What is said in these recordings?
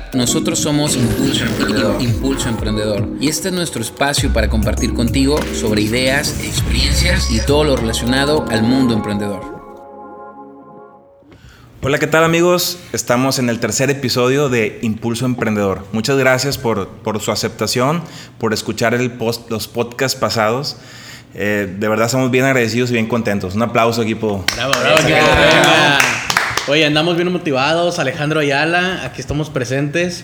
Nosotros somos Impulso Emprendedor. Impulso Emprendedor. Y este es nuestro espacio para compartir contigo sobre ideas, experiencias y todo lo relacionado al mundo emprendedor. Hola, ¿qué tal amigos? Estamos en el tercer episodio de Impulso Emprendedor. Muchas gracias por su aceptación, por escuchar los podcasts pasados. De verdad estamos bien agradecidos y bien contentos. Un aplauso, equipo. Bravo. Oye, andamos bien motivados. Alejandro Ayala, aquí estamos presentes.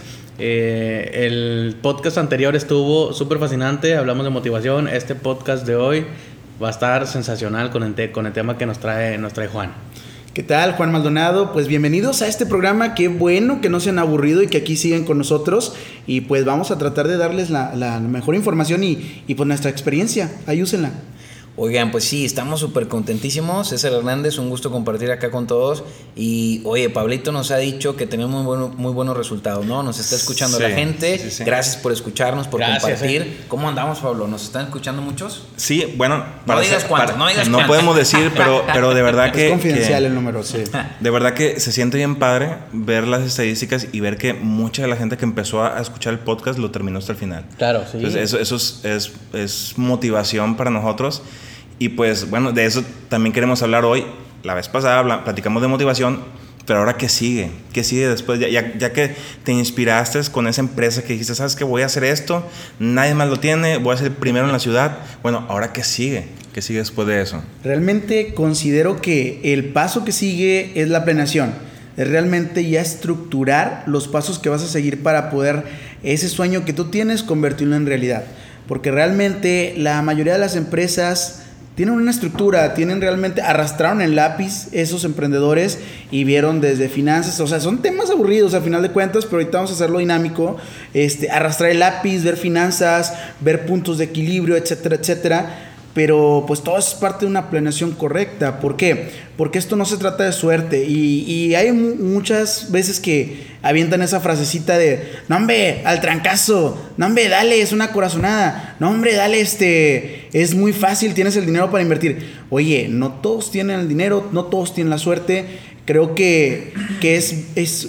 El podcast anterior estuvo súper fascinante, hablamos de motivación. Este podcast de hoy va a estar sensacional con el tema que nos trae Juan. ¿Qué tal, Juan Maldonado? Pues bienvenidos a este programa. Qué bueno que no se han aburrido y que aquí siguen con nosotros. Y pues vamos a tratar de darles la mejor información y pues nuestra experiencia. Ahí úsenla. Oigan, pues sí, estamos súper contentísimos. César Hernández, un gusto compartir acá con todos. Y oye, Pablito nos ha dicho que tenemos muy buenos resultados, ¿no? Nos está escuchando la gente. Sí. Gracias por escucharnos, por compartir. ¿Cómo andamos, Pablo? ¿Nos están escuchando muchos? Sí, bueno. No digas cuántos. No podemos decir, pero de verdad que... Es confidencial el número, sí. De verdad que se siente bien padre ver las estadísticas y ver que mucha de la gente que empezó a escuchar el podcast lo terminó hasta el final. Claro, sí. Entonces eso es motivación para nosotros. Y pues bueno, de eso también queremos hablar hoy. La vez pasada platicamos de motivación, pero ahora ¿qué sigue? ¿Qué sigue después? Ya que te inspiraste con esa empresa que dijiste, ¿sabes qué? Voy a hacer esto, nadie más lo tiene, voy a ser el primero en la ciudad. Bueno, ¿ahora qué sigue? ¿Qué sigue después de eso? Realmente considero que el paso que sigue es la planeación. Es realmente ya estructurar los pasos que vas a seguir para poder ese sueño que tú tienes convertirlo en realidad. Porque realmente la mayoría de las empresas tienen una estructura, arrastraron el lápiz esos emprendedores y vieron desde finanzas, o sea, son temas aburridos a final de cuentas, pero ahorita vamos a hacerlo dinámico, arrastrar el lápiz, ver finanzas, ver puntos de equilibrio, etcétera, etcétera. Pero pues todo es parte de una planeación correcta. ¿Por qué? Porque esto no se trata de suerte. Y hay muchas veces que avientan esa frasecita de no hombre, al trancazo, no hombre, dale, es una corazonada, no hombre, dale, es muy fácil, tienes el dinero para invertir. Oye, no todos tienen el dinero, no todos tienen la suerte. Creo que es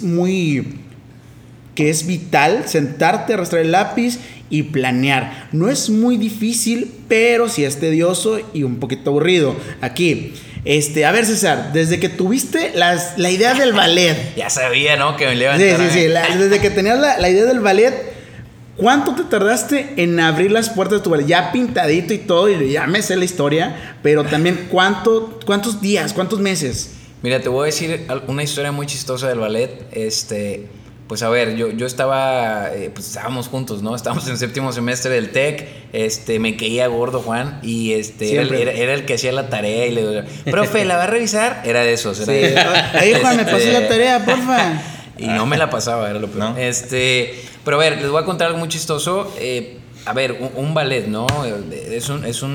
vital sentarte, arrastrar el lápiz y planear. No es muy difícil, pero sí es tedioso y un poquito aburrido. Aquí, a ver, César, desde que tuviste la idea del ballet. Ya sabía, ¿no? Que me le iba a entrar. Sí. Desde que tenías la idea del ballet, ¿cuánto te tardaste en abrir las puertas de tu ballet? Ya pintadito y todo, y ya me sé la historia, pero también ¿cuántos días, cuántos meses? Mira, te voy a decir una historia muy chistosa del ballet. Pues a ver, yo estaba, pues estábamos juntos, ¿no? Estábamos en séptimo semestre del TEC, me caía gordo Juan y era el que hacía la tarea y le decía, profe, ¿la va a revisar? Era de esos. Sí. Ahí Juan, me pasó la tarea, porfa. Y no me la pasaba, era lo peor. ¿No? Pero a ver, les voy a contar algo muy chistoso. A ver, un ballet, ¿no? Es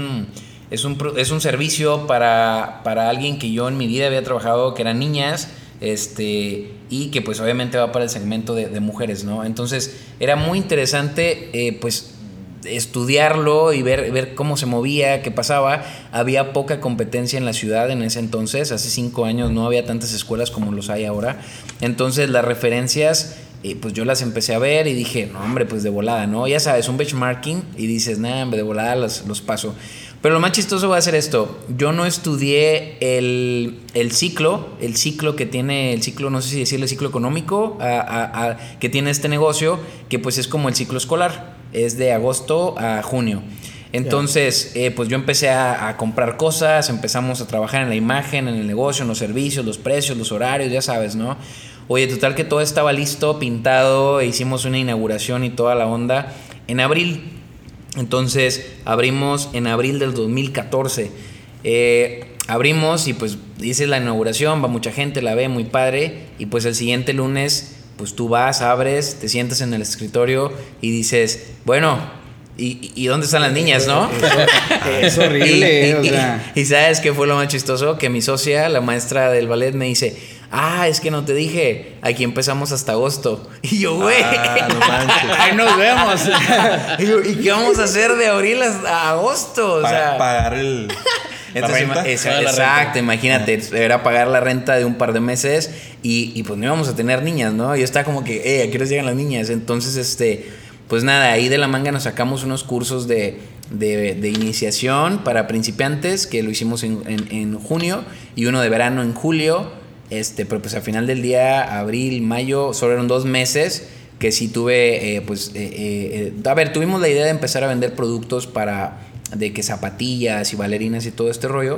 un servicio para alguien que yo en mi vida había trabajado, que eran niñas, y que pues obviamente va para el segmento de mujeres, ¿no? Entonces era muy interesante pues estudiarlo y ver cómo se movía, qué pasaba. Había poca competencia en la ciudad en ese entonces, hace 5 años no había tantas escuelas como los hay ahora. Entonces las referencias pues yo las empecé a ver y dije, no hombre, pues de volada, ¿no? Ya sabes, un benchmarking y dices, nah, de volada los paso. Pero lo más chistoso va a ser esto. Yo no estudié el ciclo que tiene, no sé si decirle ciclo económico, que tiene este negocio, que pues es como el ciclo escolar, es de agosto a junio. Entonces, pues yo empecé a comprar cosas, empezamos a trabajar en la imagen, en el negocio, en los servicios, los precios, los horarios, ya sabes, ¿no? Oye, total que todo estaba listo, pintado, hicimos una inauguración y toda la onda en abril. Entonces abrimos en abril del 2014. Abrimos y pues hice la inauguración, va mucha gente, la ve, muy padre. Y pues el siguiente lunes, pues tú vas, abres, te sientas en el escritorio y dices, bueno, ¿y dónde están las niñas, no? Es horrible. Y ¿sabes qué fue lo más chistoso? Que mi socia, la maestra del ballet, me dice, es que no te dije, aquí empezamos hasta agosto. Y yo, güey, no manches. Ahí nos vemos. Y yo, ¿y qué vamos a hacer de abril a agosto? O sea, pagar el... Entonces, exacto, imagínate, era pagar la renta de un par de meses y pues no íbamos a tener niñas, ¿no? Yo estaba como que, ¿a qué hora llegan las niñas? Entonces, pues nada, ahí de la manga nos sacamos unos cursos de iniciación para principiantes, que lo hicimos en junio, y uno de verano en julio, pero pues al final del día, abril, mayo, solo eran 2 meses que sí tuve, tuvimos la idea de empezar a vender productos de que zapatillas y bailarinas y todo este rollo,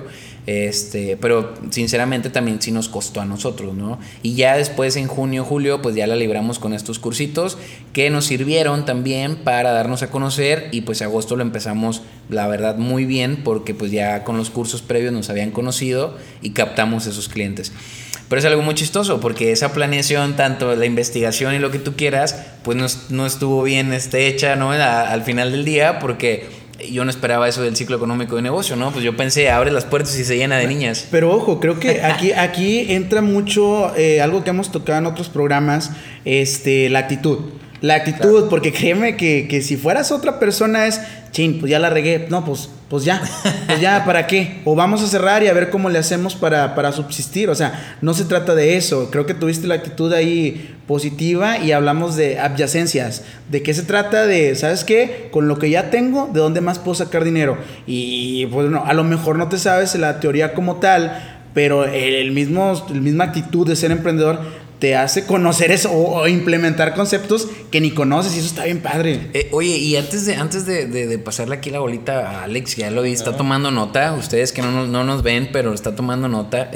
pero sinceramente también sí nos costó a nosotros, ¿no? Y ya después en junio, julio, pues ya la libramos con estos cursitos que nos sirvieron también para darnos a conocer, y pues agosto lo empezamos, la verdad, muy bien, porque pues ya con los cursos previos nos habían conocido y captamos esos clientes. Pero es algo muy chistoso, porque esa planeación, tanto la investigación y lo que tú quieras, pues no estuvo bien hecha, ¿no? Al final del día, porque yo no esperaba eso del ciclo económico de negocio, ¿no? Pues yo pensé, abre las puertas y se llena de niñas. Pero ojo, creo que aquí entra mucho algo que hemos tocado en otros programas, la actitud. La actitud, claro. Porque créeme que si fueras otra persona es, chin, pues ya la regué. No, pues ya, ¿para qué? O vamos a cerrar y a ver cómo le hacemos para subsistir. O sea, no se trata de eso. Creo que tuviste la actitud ahí positiva, y hablamos de adyacencias. ¿De qué se trata? De, ¿sabes qué? Con lo que ya tengo, ¿de dónde más puedo sacar dinero? Y pues no, a lo mejor no te sabes la teoría como tal, pero la misma actitud de ser emprendedor te hace conocer eso o implementar conceptos que ni conoces, y eso está bien padre. Oye, y antes de pasarle aquí la bolita a Alex, ya lo vi, está tomando nota. Ustedes que no nos ven, pero está tomando nota.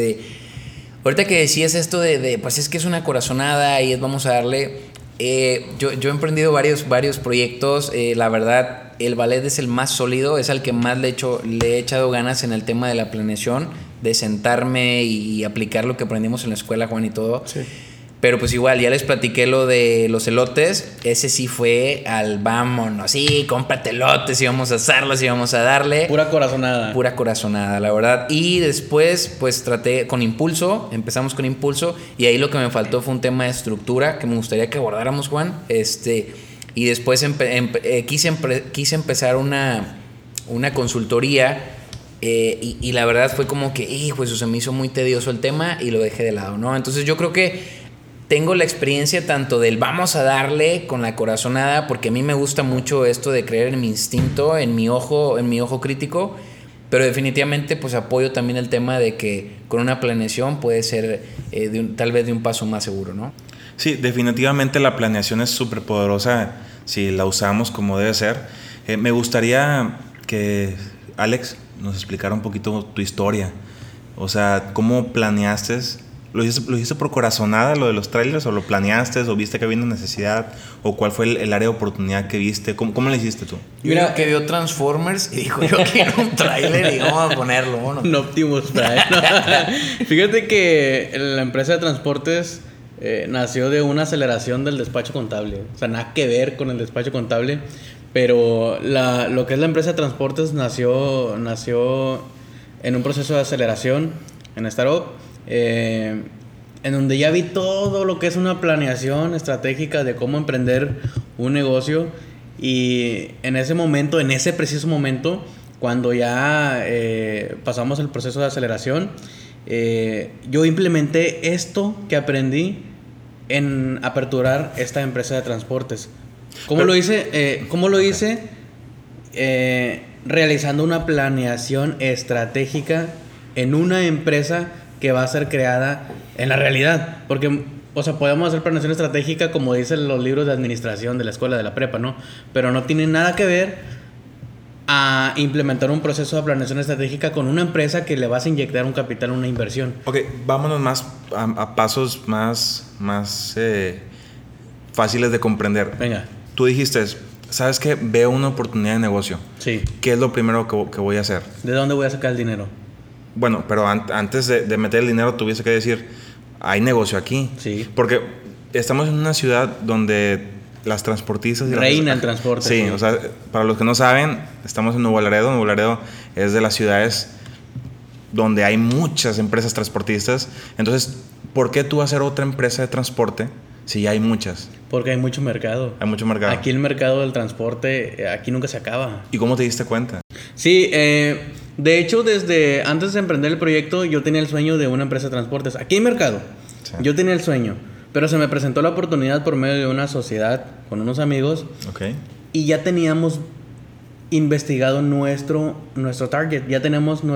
Ahorita que decías esto pues es que es una corazonada y vamos a darle. Yo he emprendido varios proyectos. La verdad, el ballet es el más sólido, es al que más le he echado ganas en el tema de la planeación, de sentarme y aplicar lo que aprendimos en la escuela, Juan, y todo. Sí. Pero pues igual, ya les platiqué lo de los elotes. Ese sí fue al vámonos. Sí, cómprate elotes y vamos a hacerlos y vamos a darle. Pura corazonada, la verdad. Y después, pues traté con Impulso. Empezamos con Impulso. Y ahí lo que me faltó fue un tema de estructura que me gustaría que abordáramos, Juan. Y después quise empezar una consultoría. Y la verdad fue como que, pues se me hizo muy tedioso el tema y lo dejé de lado, ¿no? Entonces yo creo que tengo la experiencia tanto del vamos a darle con la corazonada, porque a mí me gusta mucho esto de creer en mi instinto, en mi ojo crítico, pero definitivamente pues apoyo también el tema de que con una planeación puede ser tal vez de un paso más seguro, ¿no? Sí, definitivamente la planeación es súper poderosa si la usamos como debe ser. Me gustaría que Alex nos explicara un poquito tu historia. O sea, ¿cómo planeaste? ¿Lo hiciste por corazonada lo de los trailers, o lo planeaste, o viste que había una necesidad, o cuál fue el área de oportunidad que viste? ¿Cómo lo hiciste tú? Mira, que vio Transformers y dijo, yo quiero un trailer y vamos a ponerlo. Bueno. No, Optimus Prime. Fíjate que la empresa de transportes nació de una aceleración del despacho contable. O sea, nada que ver con el despacho contable. Pero lo que es la empresa de transportes nació en un proceso de aceleración en startup, en donde ya vi todo lo que es una planeación estratégica de cómo emprender un negocio. Y en ese preciso momento, cuando ya pasamos el proceso de aceleración, yo implementé esto que aprendí en aperturar esta empresa de transportes. ¿Cómo lo hice? Realizando una planeación estratégica en una empresa que va a ser creada en la realidad. Porque, o sea, podemos hacer planeación estratégica como dicen los libros de administración de la escuela, de la prepa, ¿no? Pero no tiene nada que ver a implementar un proceso de planeación estratégica con una empresa que le vas a inyectar un capital, una inversión. Ok, vámonos más a pasos más fáciles de comprender. Venga. Tú dijiste, ¿sabes qué? Veo una oportunidad de negocio. Sí. ¿Qué es lo primero que voy a hacer? ¿De dónde voy a sacar el dinero? Bueno, pero antes de meter el dinero tuviese que decir, hay negocio aquí. Sí. Porque estamos en una ciudad donde las transportistas... Reina el transporte. Sí, o sea, para los que no saben, estamos en Nuevo Laredo. Nuevo Laredo es de las ciudades donde hay muchas empresas transportistas. Entonces, ¿por qué tú hacer otra empresa de transporte si ya hay muchas? Porque hay mucho mercado. Hay mucho mercado. Aquí el mercado del transporte, aquí nunca se acaba. ¿Y cómo te diste cuenta? Sí, De hecho, desde antes de emprender el proyecto, yo tenía el sueño de una empresa de transportes. Aquí en Mercado. Sí. Yo tenía el sueño. Pero se me presentó la oportunidad por medio de una sociedad con unos amigos. Okay. Y ya teníamos investigado nuestro target. Ya teníamos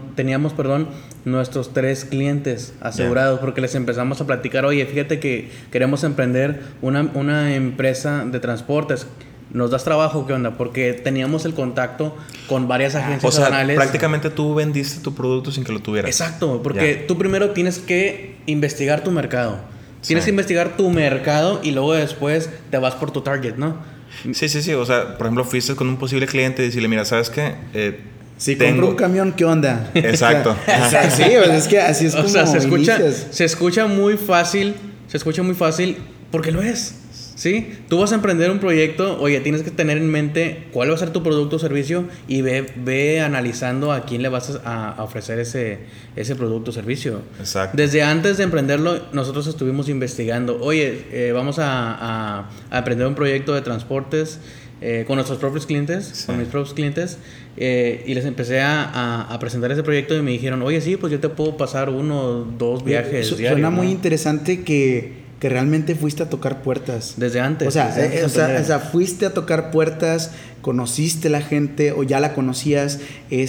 nuestros 3 clientes asegurados. Yeah. Porque les empezamos a platicar, oye, fíjate que queremos emprender una empresa de transportes. ¿Nos das trabajo? ¿Qué onda? Porque teníamos el contacto con varias agencias aduanales. Prácticamente tú vendiste tu producto sin que lo tuvieras. Exacto, porque tú primero tienes que investigar tu mercado. Tienes que investigar tu mercado y luego después te vas por tu target, ¿no? Sí. O sea, por ejemplo, fuiste con un posible cliente y decirle, mira, ¿sabes qué? Si compro un camión, ¿qué onda? Exacto. Sí, pues es que así es como se escucha muy fácil. Se escucha muy fácil porque lo es. ¿Sí? Tú vas a emprender un proyecto, oye, tienes que tener en mente cuál va a ser tu producto o servicio y ve analizando a quién le vas a ofrecer ese producto o servicio. Exacto. Desde antes de emprenderlo, nosotros estuvimos investigando, oye, vamos a emprender un proyecto de transportes con nuestros propios clientes, con mis propios clientes, y les empecé a presentar ese proyecto y me dijeron, oye, sí, pues yo te puedo pasar 1 o 2 viajes diarios. Suena muy interesante que realmente fuiste a tocar puertas. Desde antes. O sea, fuiste a tocar puertas, conociste la gente o ya la conocías.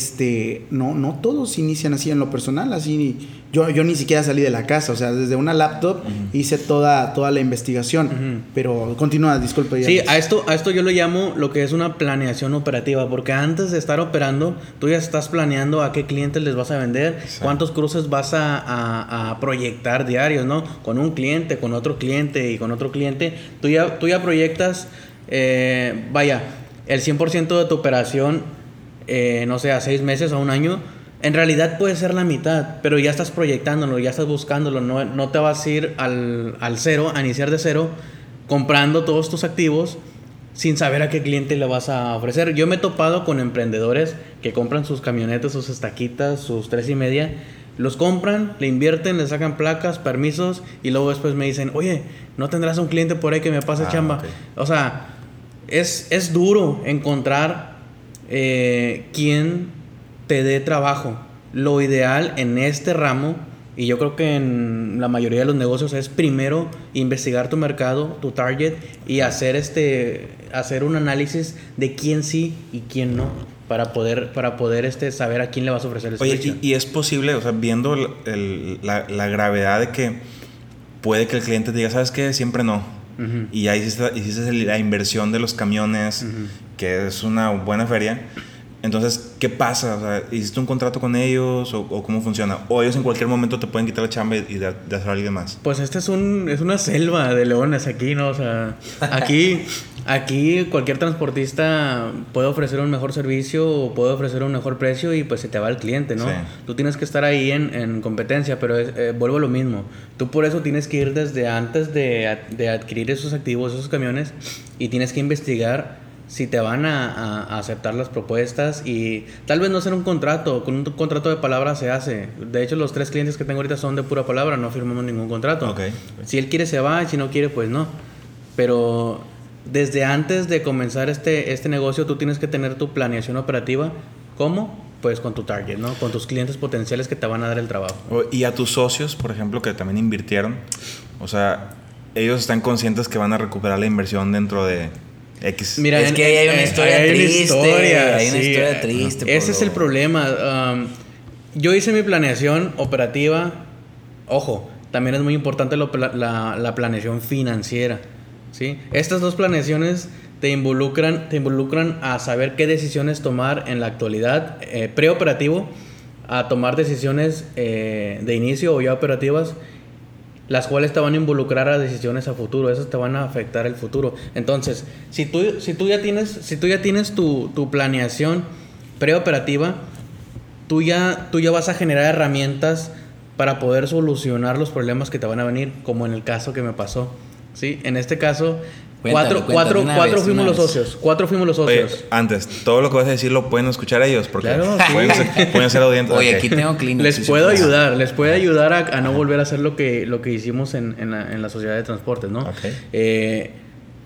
No todos inician así en lo personal, así. Yo ni siquiera salí de la casa, o sea, desde una laptop hice toda la investigación. Pero continúa, disculpe. Sí, a esto yo lo llamo lo que es una planeación operativa, porque antes de estar operando, tú ya estás planeando a qué clientes les vas a vender, cuántos cruces vas a proyectar diarios, ¿no? Con un cliente, con otro cliente y con otro cliente. Tú ya proyectas, el 100% de tu operación, no sé, a 6 meses, a 1 año. En realidad puede ser la mitad, pero ya estás proyectándolo, ya estás buscándolo. No te vas a ir al cero, a iniciar de cero, comprando todos tus activos sin saber a qué cliente le vas a ofrecer. Yo me he topado con emprendedores que compran sus camionetas, sus estaquitas, sus 3.5, los compran, le invierten, le sacan placas, permisos y luego después me dicen, oye, ¿no tendrás un cliente por ahí que me pase chamba? Okay. O sea, es duro encontrar quién te dé trabajo. Lo ideal en este ramo, y yo creo que en la mayoría de los negocios, es primero investigar tu mercado, tu target, y hacer un análisis de quién sí y quién no, para poder saber a quién le vas a ofrecer el servicio. Oye, y es posible, o sea, viendo la gravedad de que puede que el cliente te diga, ¿sabes qué? Siempre no. Uh-huh. Y ya hiciste la inversión de los camiones, uh-huh, que es una buena feria. Entonces, ¿qué pasa? O sea, ¿hiciste un contrato con ellos o cómo funciona? ¿O ellos en cualquier momento te pueden quitar la chamba y de hacer a alguien más? Pues es una selva de leones aquí, ¿no? O sea, aquí cualquier transportista puede ofrecer un mejor servicio o puede ofrecer un mejor precio y pues se te va el cliente, ¿no? Sí. Tú tienes que estar ahí en competencia, pero vuelvo a lo mismo. Tú por eso tienes que ir desde antes de adquirir esos activos, esos camiones, y tienes que investigar si te van a aceptar las propuestas y tal vez no hacer un contrato. Con un contrato de palabra se hace. De hecho, los 3 clientes que tengo ahorita son de pura palabra, no firmamos ningún contrato. Okay. Si él quiere se va y si no quiere pues no. Pero desde antes de comenzar este negocio tú tienes que tener tu planeación operativa. ¿Cómo? Pues con tu target, ¿no? Con tus clientes potenciales que te van a dar el trabajo. Y a tus socios, por ejemplo, que también invirtieron, o sea, ellos están conscientes que van a recuperar la inversión dentro de X. Mira, es que hay una historia triste. Hay una historia triste. Ese es el problema. Yo hice mi planeación operativa. Ojo, también es muy importante la planeación financiera, ¿sí? Estas 2 planeaciones te involucran a saber qué decisiones tomar en la actualidad, preoperativo, a tomar decisiones de inicio o ya operativas, las cuales te van a involucrar a decisiones a futuro. Esas te van a afectar el futuro. Entonces, si tú ya tienes tu planeación preoperativa, tú ya vas a generar herramientas para poder solucionar los problemas que te van a venir, como en el caso que me pasó, ¿sí? En este caso, cuatro fuimos los socios. Oye, antes, todo lo que vas a decir lo pueden escuchar ellos, porque claro, sí, pueden ser audientes. Oye, aquí tengo clínicas. Les puedo ayudar a no volver a hacer lo que hicimos en la sociedad de transportes, ¿no? Okay.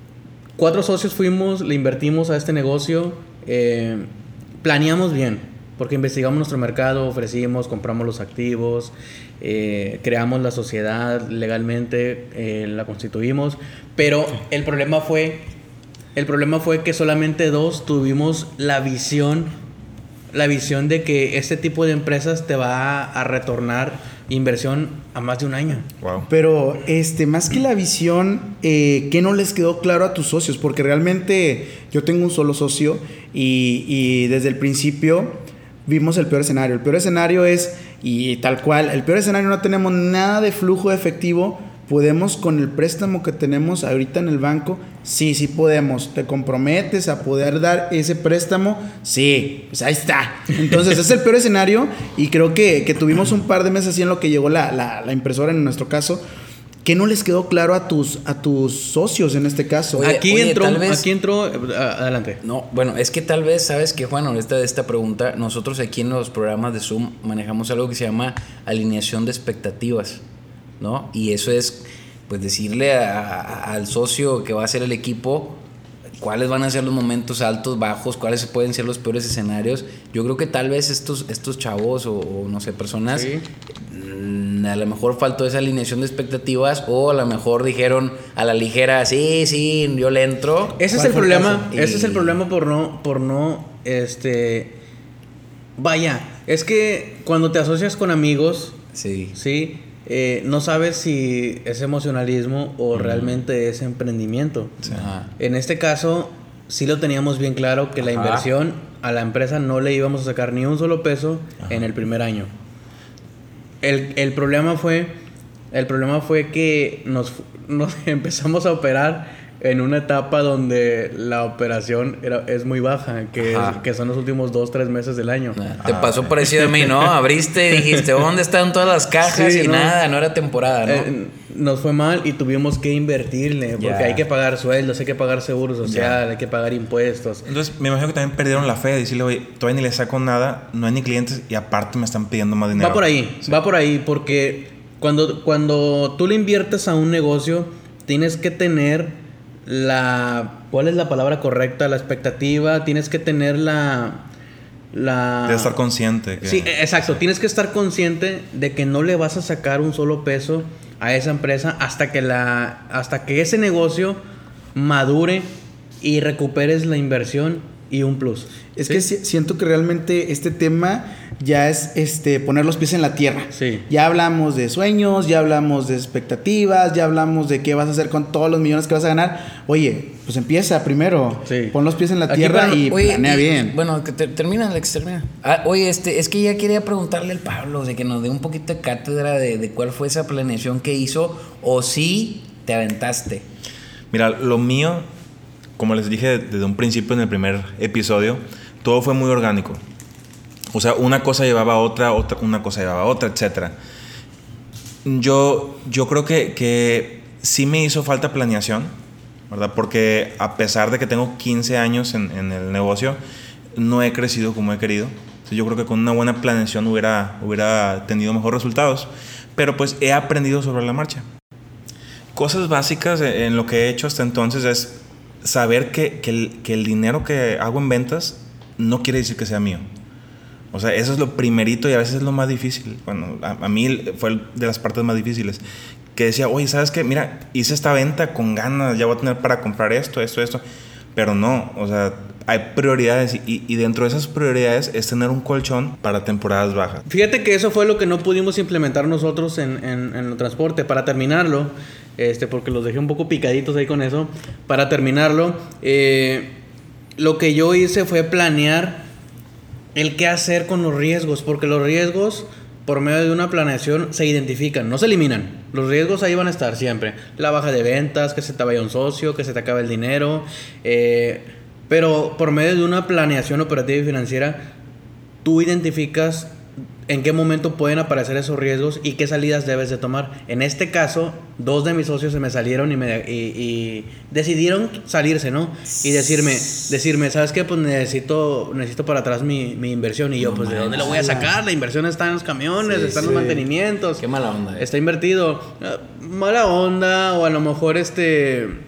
4 socios fuimos, le invertimos a este negocio, planeamos bien. Porque investigamos nuestro mercado, ofrecimos, compramos los activos, creamos la sociedad legalmente, la constituimos, pero el problema fue que solamente 2 tuvimos la visión de que este tipo de empresas te va a retornar inversión a más de un año. Wow. Pero más que la visión, ¿qué no les quedó claro a tus socios? Porque realmente yo tengo un solo socio y desde el principio vimos el peor escenario. El peor escenario es, y tal cual, el peor escenario, no tenemos nada de flujo de efectivo. ¿Podemos con el préstamo que tenemos ahorita en el banco? Sí, sí podemos. ¿Te comprometes a poder dar ese préstamo? Sí, pues ahí está. Entonces es el peor escenario y creo que tuvimos un par de meses así en lo que llegó la impresora en nuestro caso. ¿Qué no les quedó claro a tus socios en este caso? Oye, aquí entró, adelante. No, bueno, es que tal vez, ¿sabes qué, Juan? Esta pregunta, nosotros aquí en los programas de Zoom manejamos algo que se llama alineación de expectativas, ¿no? Y eso es, pues, decirle al socio que va a hacer el equipo cuáles van a ser los momentos altos, bajos, cuáles pueden ser los peores escenarios. Yo creo que tal vez estos chavos o no sé, personas, sí, a lo mejor faltó esa alineación de expectativas, o a lo mejor dijeron a la ligera, sí, yo le entro. Ese es el problema. Ese es el problema por no vaya, es que cuando te asocias con amigos, sí, no sabes si es emocionalismo o realmente es emprendimiento. Sí. En este caso, sí lo teníamos bien claro que la inversión a la empresa no le íbamos a sacar ni un solo peso en el primer año. El problema fue que nos empezamos a operar en una etapa donde la operación es muy baja, que son los últimos 2-3 meses del año. Te pasó parecido a mí, ¿no? Abriste y dijiste, ¿dónde están todas las cajas? Sí, y nada, no era temporada, ¿no? Nos fue mal y tuvimos que invertirle, porque hay que pagar sueldos, hay que pagar seguro social, hay que pagar impuestos. Entonces, me imagino que también perdieron la fe de decirle, oye, todavía ni le saco nada, no hay ni clientes y aparte me están pidiendo más dinero. Va por ahí, porque cuando tú le inviertes a un negocio, tienes que tener ¿cuál es la palabra correcta? La expectativa, tienes que tener Debes estar consciente. Sí, exacto, tienes que estar consciente de que no le vas a sacar un solo peso a esa empresa hasta que ese negocio madure y recuperes la inversión y un plus. Es que siento que realmente este tema ya es poner los pies en la tierra. Sí. Ya hablamos de sueños, ya hablamos de expectativas, ya hablamos de qué vas a hacer con todos los millones que vas a ganar. Oye, pues empieza primero. Sí. Pon los pies en la tierra y planea bien. Bueno, termina, Alex, termina. Oye, es que ya quería preguntarle al Pablo de que nos dé un poquito de cátedra de cuál fue esa planeación que hizo, o si te aventaste. Mira, lo mío, como les dije desde un principio en el primer episodio, todo fue muy orgánico. O sea, una cosa llevaba a otra, una cosa llevaba a otra, etc. Yo creo que sí me hizo falta planeación, ¿verdad? Porque a pesar de que tengo 15 años en el negocio, no he crecido como he querido. Yo creo que con una buena planeación hubiera tenido mejores resultados. Pero pues he aprendido sobre la marcha. Cosas básicas en lo que he hecho hasta entonces es saber que el dinero que hago en ventas no quiere decir que sea mío. O sea, eso es lo primerito y a veces es lo más difícil. Bueno, a mí fue de las partes más difíciles. Que decía, oye, ¿sabes qué? Mira, hice esta venta con ganas, ya voy a tener para comprar esto. Pero no, o sea, hay prioridades y dentro de esas prioridades es tener un colchón para temporadas bajas. Fíjate que eso fue lo que no pudimos implementar nosotros en el transporte. Para terminarlo, porque los dejé un poco picaditos ahí con eso. Para terminarlo, lo que yo hice fue planear el qué hacer con los riesgos, porque los riesgos, por medio de una planeación, se identifican, no se eliminan. Los riesgos ahí van a estar siempre. La baja de ventas, que se te vaya un socio, que se te acabe el dinero. Pero por medio de una planeación operativa y financiera, tú identificas en qué momento pueden aparecer esos riesgos y qué salidas debes de tomar. En este caso, 2 de mis socios se me salieron y decidieron salirse, ¿no? Y decirme, ¿sabes qué? Pues necesito para atrás mi inversión. Y yo, pues, ¿de dónde lo voy a sacar? La inversión está en los camiones, está en los mantenimientos. Qué mala onda. Está invertido. Mala onda, o a lo mejor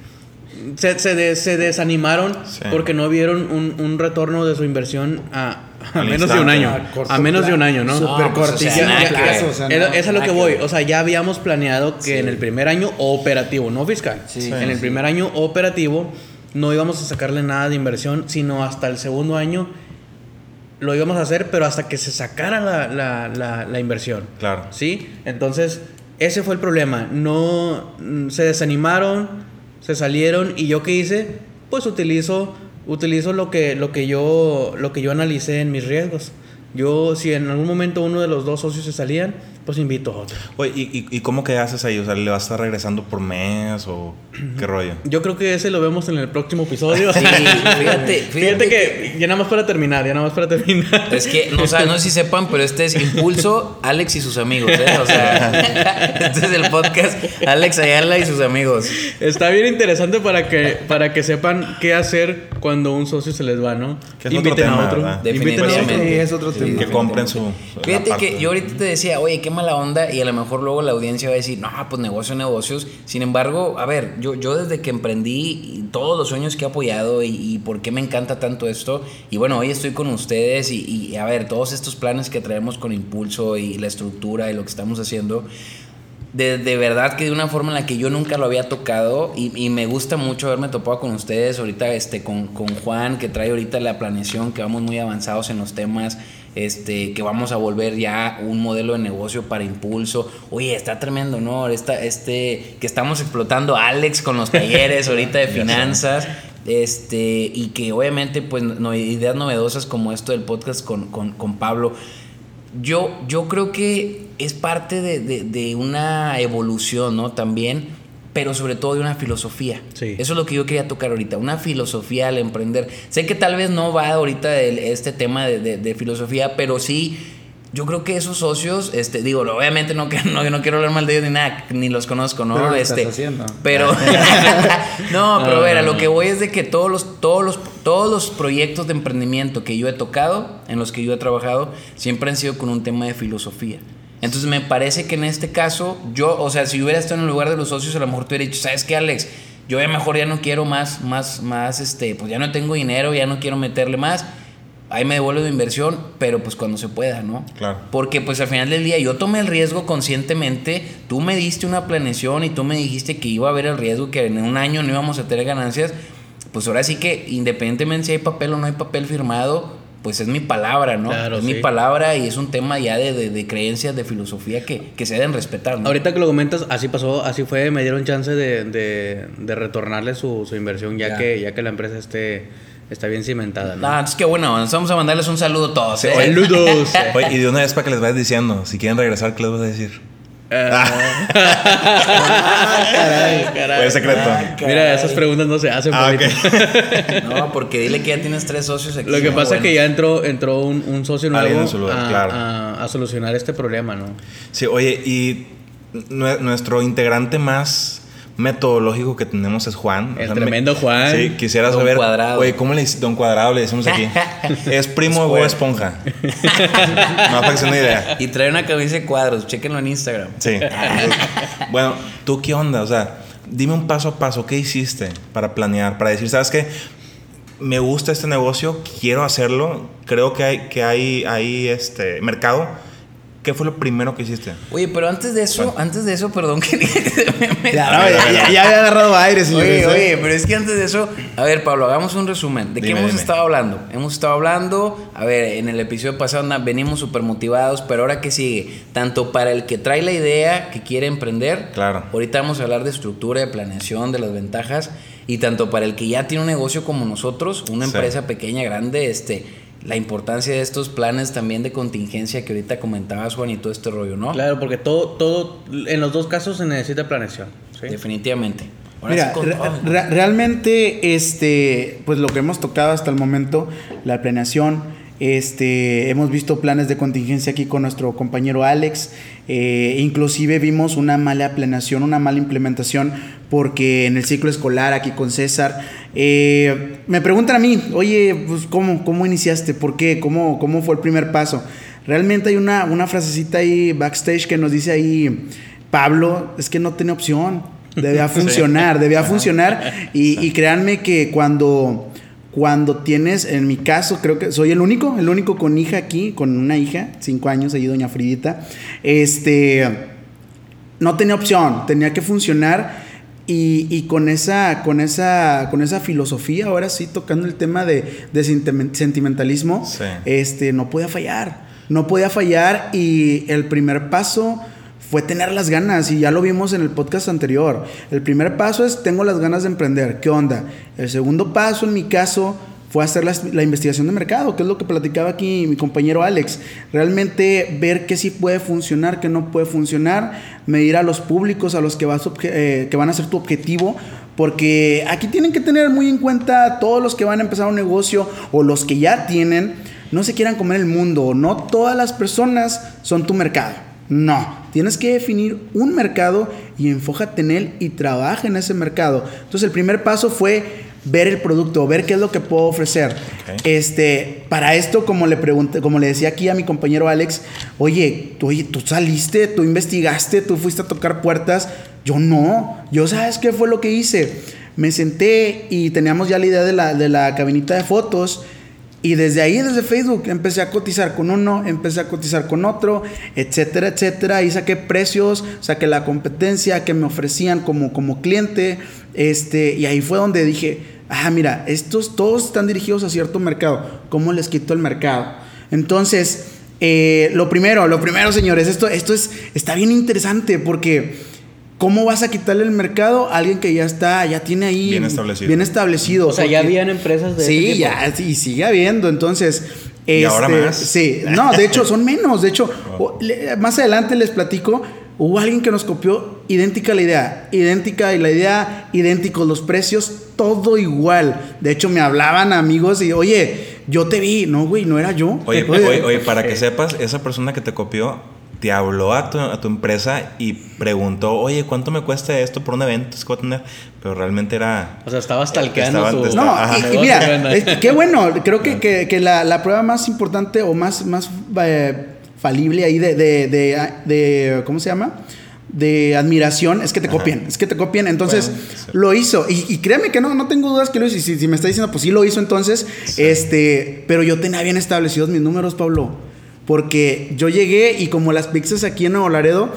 se desanimaron porque no vieron un retorno de su inversión a menos de un año. A menos de un año, ¿no? Súper cortito. Eso es a lo que voy. O sea, ya habíamos planeado que en el primer año operativo, no fiscal, en el primer año operativo no íbamos a sacarle nada de inversión, sino hasta el segundo año lo íbamos a hacer, pero hasta que se sacara la inversión. Claro. ¿Sí? Entonces, ese fue el problema. No se desanimaron, se salieron, y yo qué hice, pues utilizo lo que yo analicé en mis riesgos. Yo, si en algún momento uno de los dos socios se salían, pues invito a otro. Oye, ¿y cómo qué haces ahí? O sea, ¿le vas a estar regresando por mes o qué rollo? Yo creo que ese lo vemos en el próximo episodio. Sí, fíjate que ya nada más para terminar. Es que, no sé si sepan, pero este es Impulso, Alex y sus amigos, ¿eh? O sea, este es el podcast Alex Ayala y sus amigos. Está bien interesante para que sepan qué hacer cuando un socio se les va, ¿no? Que es inviten a otro. Definitivamente. Es otro tema. Que compren su... Fíjate que yo ahorita te decía, oye, qué mala onda, y a lo mejor luego la audiencia va a decir, no, pues negocios. Sin embargo, a ver, yo desde que emprendí, todos los sueños que he apoyado y por qué me encanta tanto esto, y bueno, hoy estoy con ustedes y a ver, todos estos planes que traemos con Impulso y la estructura y lo que estamos haciendo, de verdad que de una forma en la que yo nunca lo había tocado, y me gusta mucho haberme topado con ustedes ahorita, con Juan, que trae ahorita la planeación, que vamos muy avanzados en los temas, que vamos a volver ya un modelo de negocio para Impulso. Oye, está tremendo, ¿no? Que estamos explotando a Alex con los talleres ahorita de finanzas, y que obviamente pues ideas novedosas como esto del podcast con Pablo. Yo creo que es parte de una evolución, ¿no? También, pero sobre todo de una filosofía. Sí. Eso es lo que yo quería tocar ahorita, una filosofía al emprender. Sé que tal vez no va ahorita este tema de filosofía, pero sí, yo creo que esos socios, obviamente no quiero hablar mal de ellos ni nada, ni los conozco, ¿no? Pero lo estás haciendo. Pero no, pero a ver, a lo que voy es de que todos los proyectos de emprendimiento que yo he tocado, en los que yo he trabajado, siempre han sido con un tema de filosofía. Entonces me parece que en este caso, si hubiera estado en el lugar de los socios, a lo mejor te hubiera dicho, ¿sabes qué, Alex? Yo ya mejor ya no quiero más, pues ya no tengo dinero, ya no quiero meterle más. Ahí me devuelvo de inversión, pero pues cuando se pueda, ¿no? Claro. Porque pues al final del día yo tomé el riesgo conscientemente, tú me diste una planeación y tú me dijiste que iba a haber el riesgo, que en un año no íbamos a tener ganancias. Pues ahora sí que independientemente si hay papel o no hay papel firmado, pues es mi palabra, ¿no? Claro, es mi palabra, y es un tema ya de creencias, de filosofía que se deben respetar, ¿no? Ahorita que lo comentas, así pasó, así fue, me dieron chance de retornarle su inversión ya que la empresa está bien cimentada, ¿no? Es que bueno, vamos a mandarles un saludo a todos, ¿eh? ¡Saludos! Oye, y de una vez para que les vayas diciendo, si quieren regresar, ¿qué les vas a decir? Caray. Fue secreto. Mira, esas preguntas no se hacen. Okay. No, porque dile que ya tienes 3 socios aquí. Lo que pasa es que ya entró un socio nuevo en su lugar, claro. a solucionar este problema, ¿no? Sí, oye, y nuestro integrante más metodológico que tenemos es Juan. El tremendo Juan. Sí, quisiera Don saber. Cuadrado. Oye, ¿cómo le dice Don Cuadrado? Le decimos aquí. Es primo de Bob Esponja. No, para que sea una idea. Y trae una camisa de cuadros, chéquenlo en Instagram. Sí. Bueno, ¿tú qué onda? O sea, dime un paso a paso. ¿Qué hiciste para planear? Para decir, ¿sabes qué? Me gusta este negocio, quiero hacerlo. Creo que hay mercado. ¿Qué fue lo primero que hiciste? Oye, pero antes de eso, perdón que ya había agarrado aire, señor. Oye, pero es que antes de eso, a ver, Pablo, hagamos un resumen. ¿De qué hemos estado hablando? Hemos estado hablando, a ver, en el episodio pasado venimos súper motivados, pero ahora ¿qué sigue? Tanto para el que trae la idea, que quiere emprender, claro. Ahorita vamos a hablar de estructura, de planeación, de las ventajas, y tanto para el que ya tiene un negocio como nosotros, una empresa pequeña, grande, la importancia de estos planes también de contingencia que ahorita comentabas, Juan, y todo este rollo, ¿no? Claro, porque todo en los dos casos se necesita planeación, ¿sí? Definitivamente. Ahora mira, sí realmente, pues lo que hemos tocado hasta el momento, la planeación, hemos visto planes de contingencia aquí con nuestro compañero Alex, inclusive vimos una mala planeación, una mala implementación, porque en el ciclo escolar aquí con César, me preguntan a mí, oye, pues ¿cómo iniciaste? ¿Por qué? ¿Cómo fue el primer paso? Realmente hay una frasecita ahí backstage que nos dice ahí, Pablo, es que no tiene opción. debía funcionar. Y créanme que cuando tienes, en mi caso, creo que soy el único con hija aquí, con una hija, 5 años, ahí doña Fridita, no tenía opción, tenía que funcionar. Y con esa filosofía, ahora sí, tocando el tema de sentimentalismo, sí. No podía fallar. Y el primer paso fue tener las ganas, y ya lo vimos en el podcast anterior. El primer paso es: tengo las ganas de emprender. ¿Qué onda? El segundo paso, en mi caso, fue hacer la investigación de mercado, que es lo que platicaba aquí mi compañero Alex. Realmente ver qué sí puede funcionar, qué no puede funcionar, medir a los públicos a los que van a ser tu objetivo, porque aquí tienen que tener muy en cuenta todos los que van a empezar un negocio o los que ya tienen. No se quieran comer el mundo. No todas las personas son tu mercado. No, tienes que definir un mercado y enfócate en él y trabaja en ese mercado. Entonces el primer paso fue ver el producto, ver qué es lo que puedo ofrecer. Okay. Para esto, como le decía aquí a mi compañero Alex, oye, tú saliste, tú investigaste, tú fuiste a tocar puertas. Yo no. Yo, ¿sabes qué fue lo que hice? Me senté y teníamos ya la idea de la cabinita de fotos. Y desde ahí, desde Facebook, empecé a cotizar con uno, empecé a cotizar con otro, etcétera, etcétera. Y saqué precios, saqué la competencia que me ofrecían como cliente. Y ahí fue donde dije: mira, estos todos están dirigidos a cierto mercado. ¿Cómo les quito el mercado? Entonces, lo primero, señores, esto está bien interesante, porque ¿cómo vas a quitarle el mercado a alguien que ya tiene ahí bien establecido? O sea, ya habían empresas de sí, ese tipo. Ya, sí, sigue habiendo. Entonces, ¿y ahora más? Sí, no, de hecho son menos. De hecho, más adelante les platico. Hubo alguien que nos copió idéntica la idea, idénticos los precios, todo igual. De hecho, me hablaban amigos y, oye, yo te vi. No, güey, no era yo. Oye, para que sepas, esa persona que te copió te habló a tu empresa y preguntó: oye, ¿cuánto me cuesta esto por un evento? Pero realmente era... O sea, estabas talqueando su... No, y mira, qué bueno. Creo que la prueba más importante o más falible ahí de ¿cómo se llama? De admiración es que te copien. Entonces, bueno, sí. Lo hizo. Y créeme que no tengo dudas que lo hizo. Si me está diciendo, pues sí lo hizo entonces. Sí. Pero yo tenía bien establecidos mis números, Pablo. Porque yo llegué y como las pizzas aquí en Nuevo Laredo,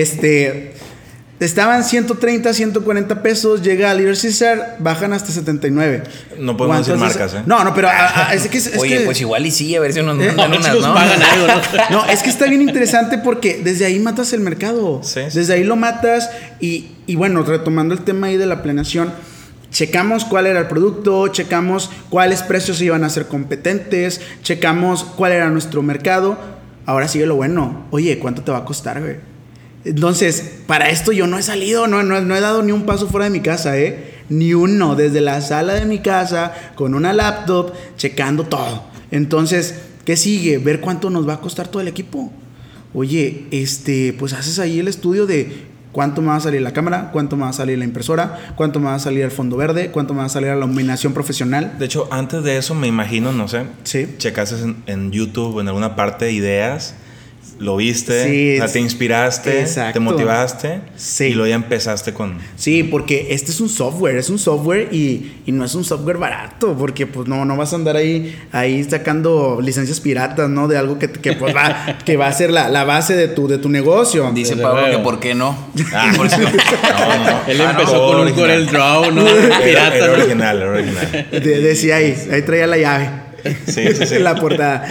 estaban 130, 140 pesos. Llega a Little Caesar, bajan hasta 79. No podemos decir marcas, ¿eh? No, pero Oye, pues igual y sí, a ver si nos mandan unas, ¿no? Pagan algo, ¿no? No, es que está bien interesante porque desde ahí matas el mercado. Sí. Desde ahí lo matas y bueno, retomando el tema ahí de la planeación, checamos cuál era el producto, checamos cuáles precios iban a ser competentes, checamos cuál era nuestro mercado. Ahora sigue lo bueno. Oye, ¿cuánto te va a costar, güey? Entonces, para esto yo no he salido, no he dado ni un paso fuera de mi casa, ni uno, desde la sala de mi casa, con una laptop, checando todo. Entonces, ¿qué sigue? Ver cuánto nos va a costar todo el equipo. Oye, pues haces ahí el estudio de cuánto me va a salir la cámara, cuánto me va a salir la impresora, cuánto me va a salir el fondo verde, cuánto me va a salir la iluminación profesional. De hecho, antes de eso, me imagino, no sé, sí, checaste en YouTube o en alguna parte ideas, lo viste, sí, o sea, te inspiraste, exacto, te motivaste, sí, y luego ya empezaste con... Sí, porque este es un software y no es un software barato, porque pues no vas a andar ahí sacando licencias piratas, ¿no? De algo que pues que va a ser la base de tu negocio. Dice Pablo que ¿por qué no? No. Él empezó con un Corel Draw, ¿no? Pirata. Era original. Decía ahí traía la llave. Sí. La portada.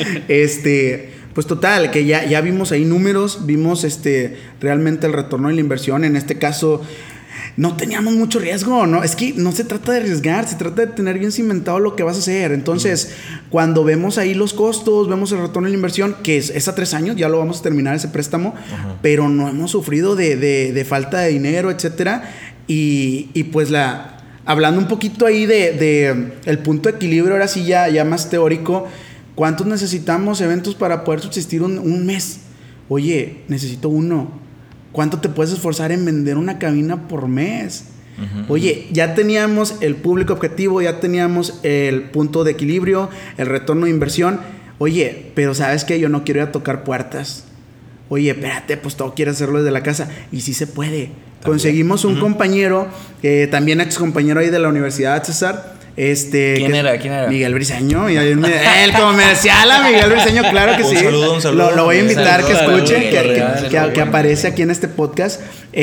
Pues total, que ya vimos ahí números, vimos realmente el retorno de la inversión. En este caso, no teníamos mucho riesgo, ¿no? Es que no se trata de arriesgar, se trata de tener bien cimentado lo que vas a hacer. Entonces, cuando vemos ahí los costos, vemos el retorno de la inversión, que es a 3 años, ya lo vamos a terminar ese préstamo, pero no hemos sufrido de falta de dinero, etcétera. Y pues hablando un poquito ahí de el punto de equilibrio, ahora sí ya más teórico. ¿Cuántos necesitamos eventos para poder subsistir un mes? Oye, necesito uno. ¿Cuánto te puedes esforzar en vender una cabina por mes? Oye, ya teníamos el público objetivo, ya teníamos el punto de equilibrio, el retorno de inversión. Oye, pero ¿sabes qué? Yo no quiero ir a tocar puertas. Oye, espérate, pues todo quiere hacerlo desde la casa. Y sí se puede. Conseguimos un compañero, también ex compañero ahí de la Universidad César. ¿Quién era? Miguel Briseño. Él como me decía Miguel Briseño, claro que sí. Un saludo. Lo voy a invitar que escuche, que bueno. aparece aquí en este podcast.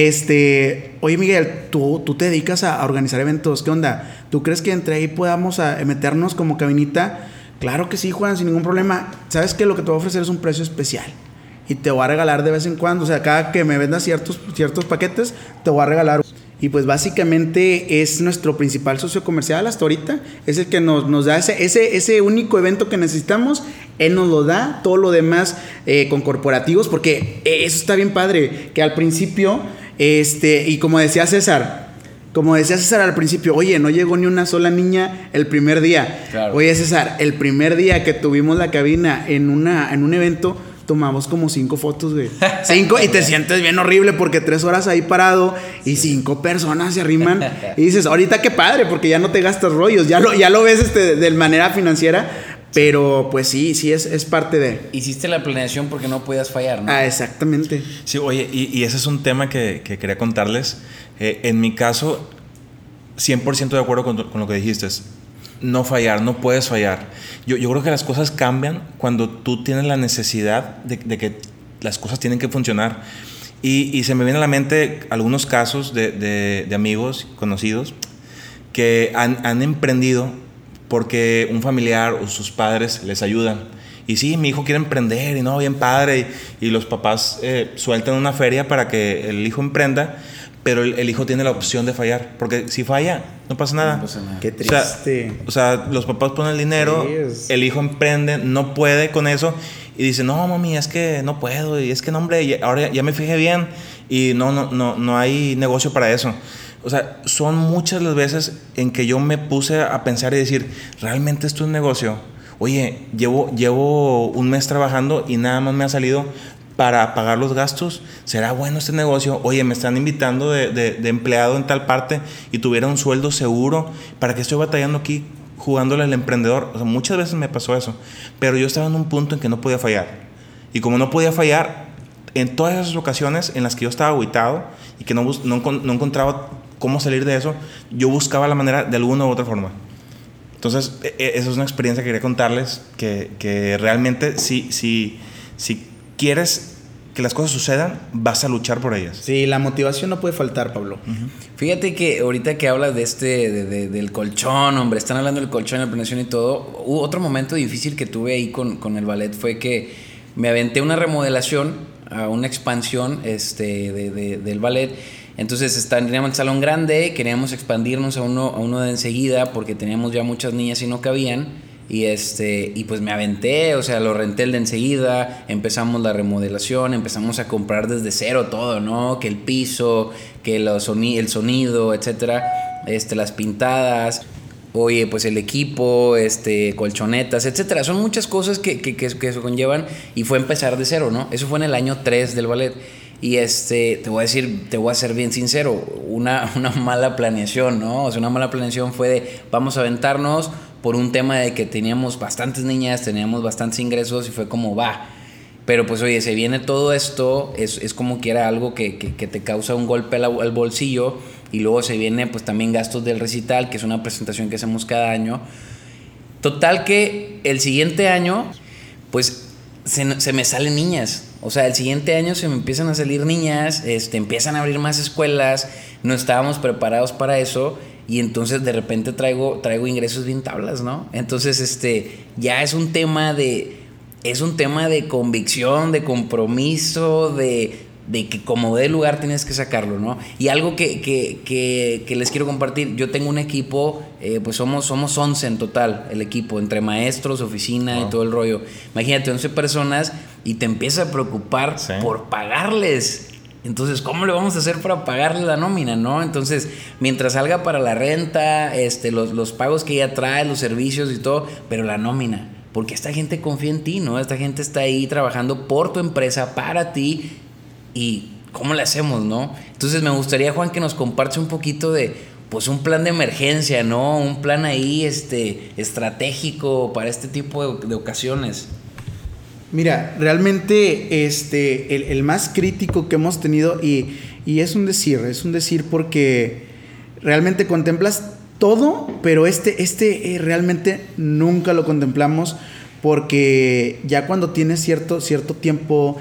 Oye, Miguel, tú te dedicas a organizar eventos. ¿Qué onda? ¿Tú crees que entre ahí podamos meternos como cabinita? Claro que sí, Juan, sin ningún problema. ¿Sabes que lo que te voy a ofrecer es un precio especial? Y te voy a regalar de vez en cuando. O sea, cada que me vendas ciertos paquetes, te voy a regalar. Y pues básicamente es nuestro principal socio comercial hasta ahorita. Es el que nos da ese único evento que necesitamos. Él nos lo da. Todo lo demás con corporativos. Porque eso está bien padre. Que al principio, y como decía César al principio, oye, no llegó ni una sola niña el primer día. Claro. Oye, César, el primer día que tuvimos la cabina en un evento, tomamos como 5 fotos, güey. 5 y te sientes bien horrible porque 3 horas ahí parado y 5 personas se arriman y dices, ahorita qué padre, porque ya no te gastas rollos, ya lo ves de manera financiera, pero pues sí es parte de... Hiciste la planeación porque no podías fallar, ¿no? Exactamente. Sí, oye, y ese es un tema que quería contarles. En mi caso, 100% de acuerdo con lo que dijiste. No fallar, no puedes fallar. Yo creo que las cosas cambian cuando tú tienes la necesidad de que las cosas tienen que funcionar. Y se me vienen a la mente algunos casos de amigos conocidos que han emprendido porque un familiar o sus padres les ayudan. Y sí, mi hijo quiere emprender y no, bien padre. Y los papás sueltan una feria para que el hijo emprenda, pero el hijo tiene la opción de fallar. Porque si falla, no pasa nada. No pasa nada. Qué triste. O sea, los papás ponen el dinero, el hijo emprende, no puede con eso. Y dice, no, mami, es que no puedo. Y es que, no, hombre, ahora ya me fijé bien. Y no hay negocio para eso. O sea, son muchas las veces en que yo me puse a pensar y decir, ¿realmente esto es un negocio? Oye, llevo un mes trabajando y nada más me ha salido para pagar los gastos. ¿Será bueno este negocio? Oye, me están invitando de empleado en tal parte y tuviera un sueldo seguro. ¿Para qué estoy batallando aquí jugándole al emprendedor? O sea, muchas veces me pasó eso. Pero yo estaba en un punto en que no podía fallar. Y como no podía fallar, en todas esas ocasiones en las que yo estaba agüitado y que no encontraba cómo salir de eso, yo buscaba la manera de alguna u otra forma. Entonces, esa es una experiencia que quería contarles, que realmente si quieres que las cosas sucedan, vas a luchar por ellas. Sí, la motivación no puede faltar, Pablo. Uh-huh. Fíjate que ahorita que hablas del colchón, hombre, están hablando del colchón, la planeación y todo. Otro momento difícil que tuve ahí con el ballet fue que me aventé una remodelación, a una expansión del ballet. Entonces teníamos el salón grande, queríamos expandirnos a uno de enseguida porque teníamos ya muchas niñas y no cabían. Y pues me aventé, o sea, lo renté el de enseguida, empezamos la remodelación, empezamos a comprar desde cero todo, ¿no? Que el piso, que el sonido, etcétera, las pintadas, oye, pues el equipo, colchonetas, etcétera. Son muchas cosas que se conllevan y fue empezar de cero, ¿no? Eso fue en el año 3 del ballet. Y te voy a ser bien sincero, una mala planeación, ¿no? O sea, una mala planeación fue de vamos a aventarnos por un tema de que teníamos bastantes niñas, teníamos bastantes ingresos y fue como va. Pero pues oye, se viene todo esto, es como que era algo que te causa un golpe al bolsillo y luego se viene pues también gastos del recital, que es una presentación que hacemos cada año. Total que el siguiente año pues se me salen niñas. O sea, el siguiente año se me empiezan a salir niñas, empiezan a abrir más escuelas, no estábamos preparados para eso y entonces de repente traigo ingresos bien tablas, ¿no? Entonces, ya es un tema de convicción, de compromiso, de que como de lugar tienes que sacarlo, ¿no? Y algo que les quiero compartir, yo tengo un equipo, pues somos 11 en total, el equipo, entre maestros, oficina y todo el rollo. Imagínate, 11 personas y te empiezas a preocupar por pagarles. Entonces, ¿cómo le vamos a hacer para pagarle la nómina, no? Entonces, mientras salga para la renta, los pagos que ya trae, los servicios y todo, pero la nómina, porque esta gente confía en ti, ¿no? Esta gente está ahí trabajando por tu empresa, para ti. ¿Y cómo le hacemos, no? Entonces me gustaría, Juan, que nos compartas un poquito de pues un plan de emergencia, ¿no? Un plan ahí estratégico para este tipo de ocasiones. Mira, realmente el más crítico que hemos tenido y Y es un decir porque realmente contemplas todo, pero realmente nunca lo contemplamos, porque ya cuando tienes cierto tiempo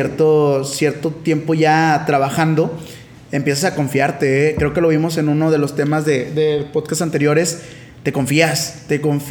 ya trabajando, empiezas a confiarte, ¿eh? Creo que lo vimos en uno de los temas de podcast anteriores. Te confías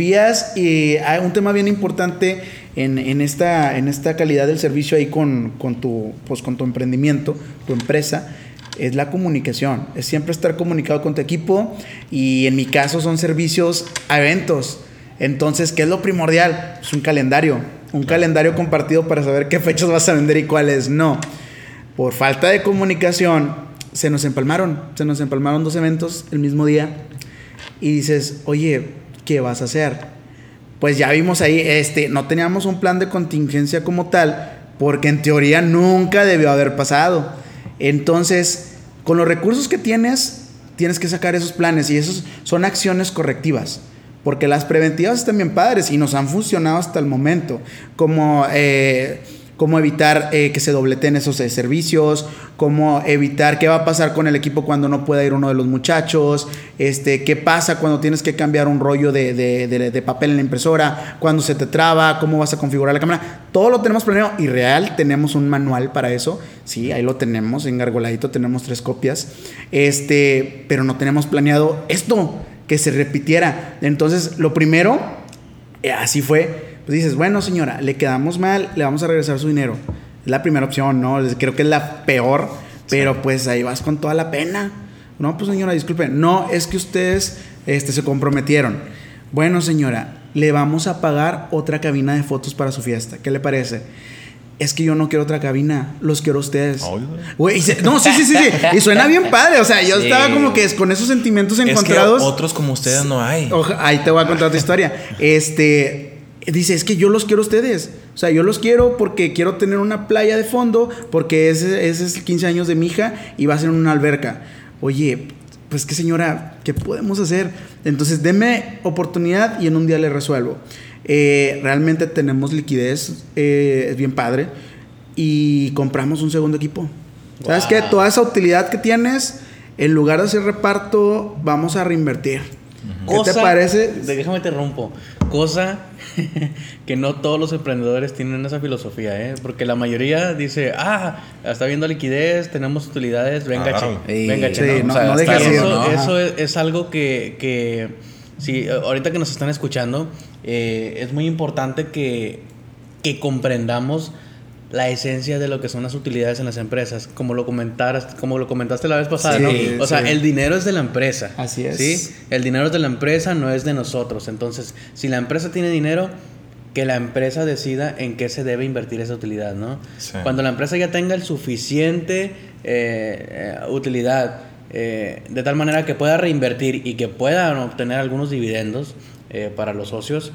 y hay un tema bien importante en esta calidad del servicio ahí con tu emprendimiento, tu empresa, es la comunicación, es siempre estar comunicado con tu equipo, y en mi caso son servicios a eventos. Entonces, ¿qué es lo primordial? Pues un calendario compartido para saber qué fechas vas a vender y cuáles no. Por falta de comunicación se nos empalmaron 2 eventos el mismo día. Y dices, oye, ¿qué vas a hacer? Pues ya vimos ahí, no teníamos un plan de contingencia como tal, porque en teoría nunca debió haber pasado. Entonces, con los recursos que tienes que sacar esos planes, y esos son acciones correctivas, porque las preventivas están bien padres y nos han funcionado hasta el momento, como evitar que se dobleten esos servicios, cómo evitar qué va a pasar con el equipo cuando no pueda ir uno de los muchachos, qué pasa cuando tienes que cambiar un rollo de papel en la impresora, cuando se te traba, cómo vas a configurar la cámara. Todo lo tenemos planeado y real, tenemos un manual para eso. Sí, ahí lo tenemos, engargoladito, tenemos 3 copias. Pero no tenemos planeado esto, que se repitiera. Entonces, lo primero, así fue. Pues dices, bueno, señora, le quedamos mal, le vamos a regresar su dinero. Es la primera opción, ¿no? Creo que es la peor, pero pues ahí vas con toda la pena. No, pues señora, disculpe. No, es que ustedes se comprometieron. Bueno, señora, le vamos a pagar otra cabina de fotos para su fiesta. ¿Qué le parece? Es que yo no quiero otra cabina, los quiero a ustedes. Güey, sí. Y suena bien padre. O sea, yo estaba como que con esos sentimientos encontrados. Es que otros como ustedes no hay. Ahí te voy a contar otra historia. Dice, es que yo los quiero a ustedes. O sea, yo los quiero porque quiero tener una playa de fondo, porque ese es el 15 años de mi hija y va a ser una alberca. Oye, pues qué señora, ¿qué podemos hacer? Entonces, deme oportunidad y en un día le resuelvo. Realmente tenemos liquidez, es bien padre, y compramos un segundo equipo. Wow. ¿Sabes qué? Toda esa utilidad que tienes, en lugar de hacer reparto, vamos a reinvertir. ¿Qué te parece? Déjame te interrumpo. Cosa que no todos los emprendedores tienen esa filosofía, ¿eh? Porque la mayoría dice, está viendo liquidez, tenemos utilidades, venga, che. No dejes eso es algo que sí, ahorita que nos están escuchando, es muy importante que comprendamos la esencia de lo que son las utilidades en las empresas, como lo comentaste la vez pasada, sí, ¿no? O sea, el dinero es de la empresa. Así es. ¿Sí? El dinero es de la empresa, no es de nosotros. Entonces, si la empresa tiene dinero, que la empresa decida en qué se debe invertir esa utilidad, ¿no? Sí. Cuando la empresa ya tenga el suficiente utilidad, de tal manera que pueda reinvertir y que puedan obtener algunos dividendos para los socios,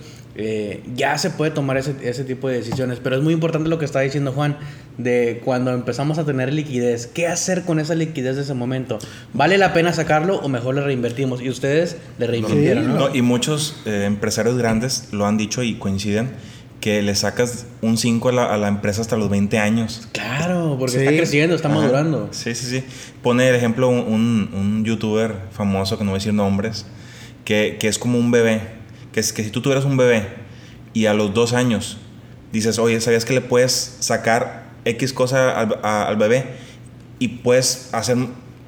ya se puede tomar ese tipo de decisiones. Pero es muy importante lo que está diciendo Juan, de cuando empezamos a tener liquidez, ¿qué hacer con esa liquidez de ese momento? ¿Vale la pena sacarlo o mejor le reinvertimos? Y ustedes le reinvirtieron, ¿no? Y muchos empresarios grandes lo han dicho y coinciden, que le sacas un 5 a la empresa hasta los 20 años. Claro, porque está creciendo, está madurando. Sí. Pone el ejemplo un youtuber famoso, que no voy a decir nombres, que es como un bebé. Que si tú tuvieras un bebé y a los 2 años dices, oye, ¿sabías que le puedes sacar X cosa al bebé y puedes hacer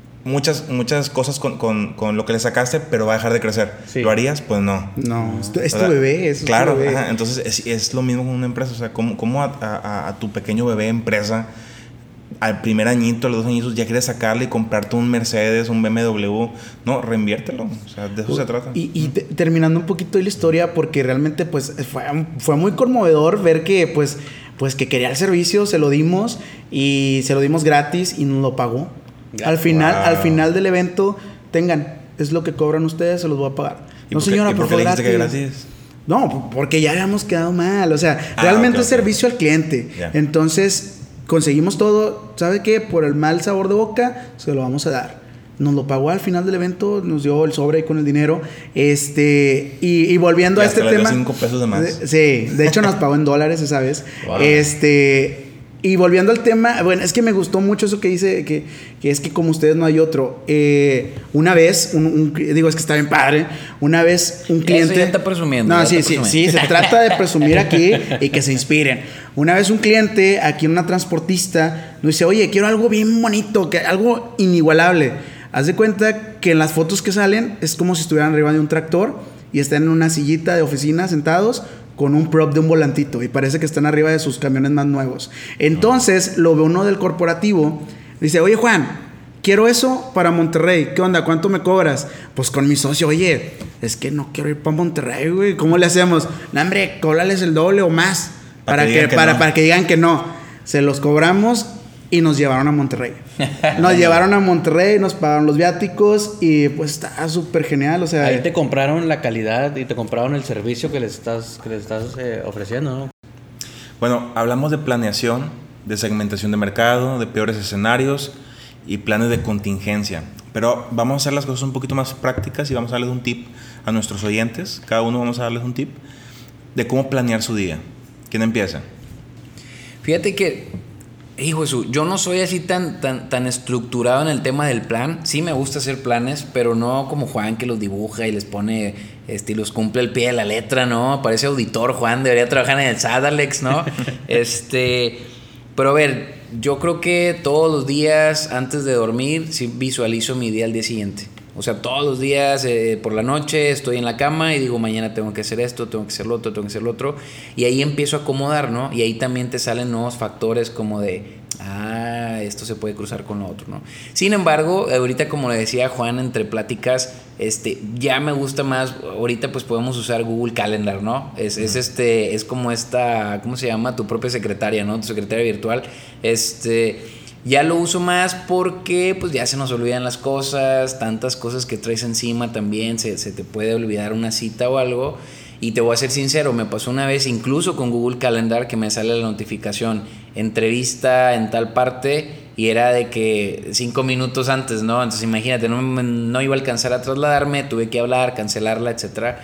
muchas cosas con lo que le sacaste, pero va a dejar de crecer? Sí. ¿Lo harías? Pues no. No, es tu bebé. Claro, tu bebé. Entonces es lo mismo con una empresa. O sea, ¿cómo a tu pequeño bebé empresa, al primer añito, a los 2 añitos, ya quieres sacarle y comprarte un Mercedes, un BMW? No, reinviértelo. O sea, de eso se trata. Y terminando un poquito la historia, porque realmente pues fue muy conmovedor ver que pues que quería el servicio, se lo dimos y se lo dimos gratis y nos lo pagó. Al final del evento, es lo que cobran ustedes, se los voy a pagar. No, señora, por favor, gratis. Que gratis. No, porque ya habíamos quedado mal. O sea, realmente es servicio al cliente. Yeah. Entonces, conseguimos todo. ¿Sabe qué? Por el mal sabor de boca, se lo vamos a dar. Nos lo pagó al final del evento, nos dio el sobre ahí con el dinero. Y volviendo a este tema. Le dio $5 de más. Sí, de hecho nos pagó en dólares esa vez. Wow. Y Y volviendo al tema, bueno, es que me gustó mucho eso que dice, que es que como ustedes no hay otro. Una vez, digo, es que está bien padre, una vez un cliente... Eso ya está presumiendo. No, sí, se trata de presumir aquí y que se inspiren. Una vez un cliente, aquí una transportista, nos dice, oye, quiero algo bien bonito, algo inigualable. Haz de cuenta que en las fotos que salen es como si estuvieran arriba de un tractor y están en una sillita de oficina sentados con un prop de un volantito y parece que están arriba de sus camiones más nuevos. Entonces lo ve uno del corporativo, dice, oye Juan, quiero eso para Monterrey, ¿qué onda? ¿Cuánto me cobras? Pues con mi socio, oye, es que no quiero ir para Monterrey, güey, ¿cómo le hacemos? No, hombre, cóbrales el doble o más para que digan que no. Se los cobramos y nos llevaron a Monterrey. Nos pagaron los viáticos y pues está súper genial, o sea... Ahí te compraron la calidad y te compraron el servicio que les estás ofreciendo, ¿no? Bueno, hablamos de planeación, de segmentación de mercado, de peores escenarios y planes de contingencia. Pero vamos a hacer las cosas un poquito más prácticas y vamos a darles un tip a nuestros oyentes. Cada uno vamos a darles un tip de cómo planear su día. ¿Quién empieza? Fíjate que... Hijo Jesús, yo no soy así tan estructurado en el tema del plan. Sí me gusta hacer planes, pero no como Juan que los dibuja y les pone y los cumple al pie de la letra, ¿no? Parece auditor Juan, debería trabajar en el SAT, Alex, ¿no? Pero a ver, yo creo que todos los días antes de dormir sí visualizo mi día al día siguiente. O sea, todos los días por la noche estoy en la cama y digo, mañana tengo que hacer esto, tengo que hacer lo otro, tengo que hacer lo otro. Y ahí empiezo a acomodar, ¿no? Y ahí también te salen nuevos factores como de, esto se puede cruzar con lo otro, ¿no? Sin embargo, ahorita como le decía Juan entre pláticas, ya me gusta más, ahorita pues podemos usar Google Calendar, ¿no? Es como esta, ¿cómo se llama? Tu propia secretaria, ¿no? Tu secretaria virtual, ya lo uso más porque pues ya se nos olvidan las cosas, tantas cosas que traes encima también, se te puede olvidar una cita o algo. Y te voy a ser sincero, me pasó una vez incluso con Google Calendar que me sale la notificación, entrevista en tal parte, y era de que 5 minutos antes, ¿no? Entonces imagínate, no iba a alcanzar a trasladarme, tuve que hablar, cancelarla, etcétera.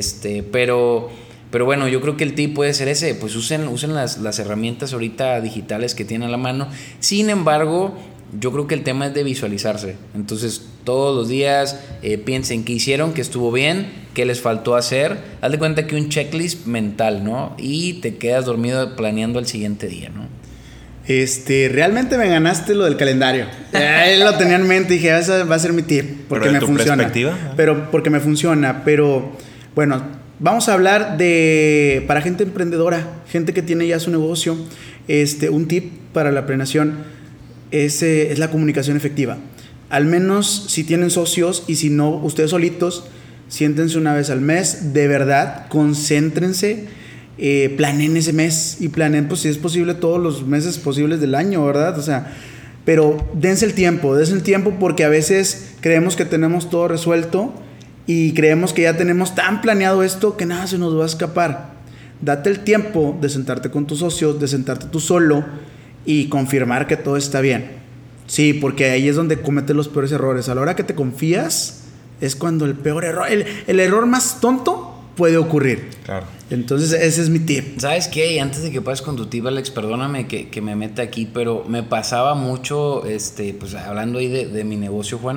Pero bueno, yo creo que el tip puede ser ese, pues usen las herramientas ahorita digitales que tienen a la mano. Sin embargo, yo creo que el tema es de visualizarse. Entonces, todos los días piensen qué hicieron, qué estuvo bien, qué les faltó hacer. Haz de cuenta que un checklist mental, ¿no? Y te quedas dormido planeando el siguiente día, ¿no? Realmente me ganaste lo del calendario. Lo tenía en mente y dije, ese va a ser mi tip. Porque me funciona. ¿Perspectiva? Porque me funciona. Pero, bueno, vamos a hablar para gente emprendedora, gente que tiene ya su negocio. Un tip para la planeación es la comunicación efectiva. Al menos si tienen socios y si no, ustedes solitos, siéntense una vez al mes, de verdad, concéntrense, planeen ese mes y planeen, pues si es posible, todos los meses posibles del año, ¿verdad? O sea, pero dense el tiempo porque a veces creemos que tenemos todo resuelto y creemos que ya tenemos tan planeado esto que nada se nos va a escapar. Date el tiempo de sentarte con tus socios, de sentarte tú solo y confirmar que todo está bien. Sí, porque ahí es donde cometes los peores errores. A la hora que te confías es cuando el peor error, el error más tonto puede ocurrir. Claro. Entonces ese es mi tip. ¿Sabes qué? Y antes de que pases con tu tip, Alex, perdóname que me meta aquí, pero me pasaba mucho, pues hablando ahí de mi negocio, Juan,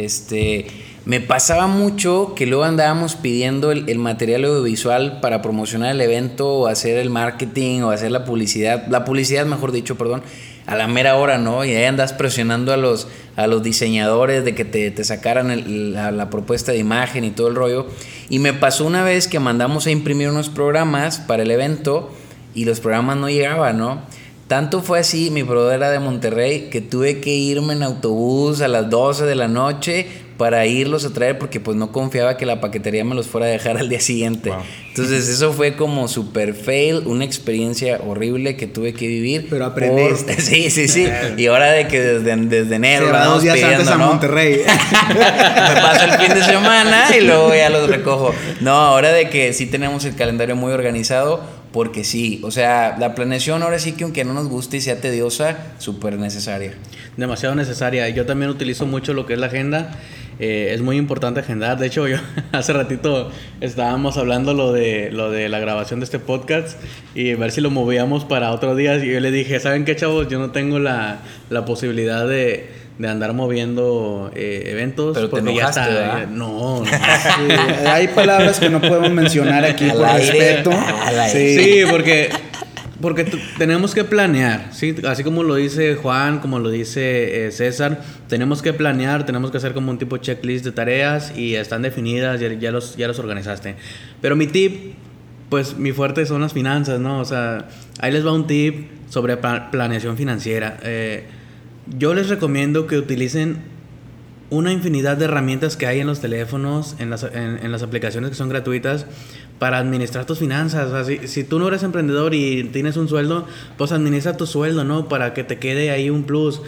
me pasaba mucho que luego andábamos pidiendo el material audiovisual para promocionar el evento o hacer el marketing o hacer la publicidad, mejor dicho, a la mera hora, ¿no? Y ahí andas presionando a los diseñadores de que te sacaran la propuesta de imagen y todo el rollo. Y me pasó una vez que mandamos a imprimir unos programas para el evento y los programas no llegaban, ¿no? Tanto fue así, mi brother era de Monterrey, que tuve que irme en autobús a las 12 de la noche para irlos a traer porque pues no confiaba que la paquetería me los fuera a dejar al día siguiente. Wow. Entonces eso fue como super fail, una experiencia horrible que tuve que vivir. Pero aprendiste. Sí. Y ahora de que desde enero vamos días pidiendo, antes a ¿no? Monterrey. Me paso el fin de semana y luego ya los recojo. No, ahora de que sí tenemos el calendario muy organizado, porque sí, o sea, la planeación ahora sí que aunque no nos guste y sea tediosa, súper necesaria. Demasiado necesaria. Yo también utilizo mucho lo que es la agenda. es muy importante agendar. De hecho, yo hace ratito estábamos hablando lo de la grabación de este podcast y ver si lo movíamos para otro día. Y yo le dije, ¿saben qué, chavos? Yo no tengo la posibilidad de andar moviendo eventos. Pero porque te enojaste, ya está. ¿verdad? No. Sí, hay palabras que no podemos mencionar aquí Al por aire, respeto. al aire. Sí, porque tenemos que planear, ¿sí? Así como lo dice Juan, como lo dice César, tenemos que planear, tenemos que hacer como un tipo checklist de tareas y están definidas, ya los organizaste. Pero mi tip, pues mi fuerte son las finanzas, ¿no? O sea, ahí les va un tip sobre planeación financiera. Yo les recomiendo que utilicen una infinidad de herramientas que hay en los teléfonos, en las aplicaciones que son gratuitas, para administrar tus finanzas. O sea, si tú no eres emprendedor y tienes un sueldo, pues administra tu sueldo, ¿no? Para que te quede ahí un plus.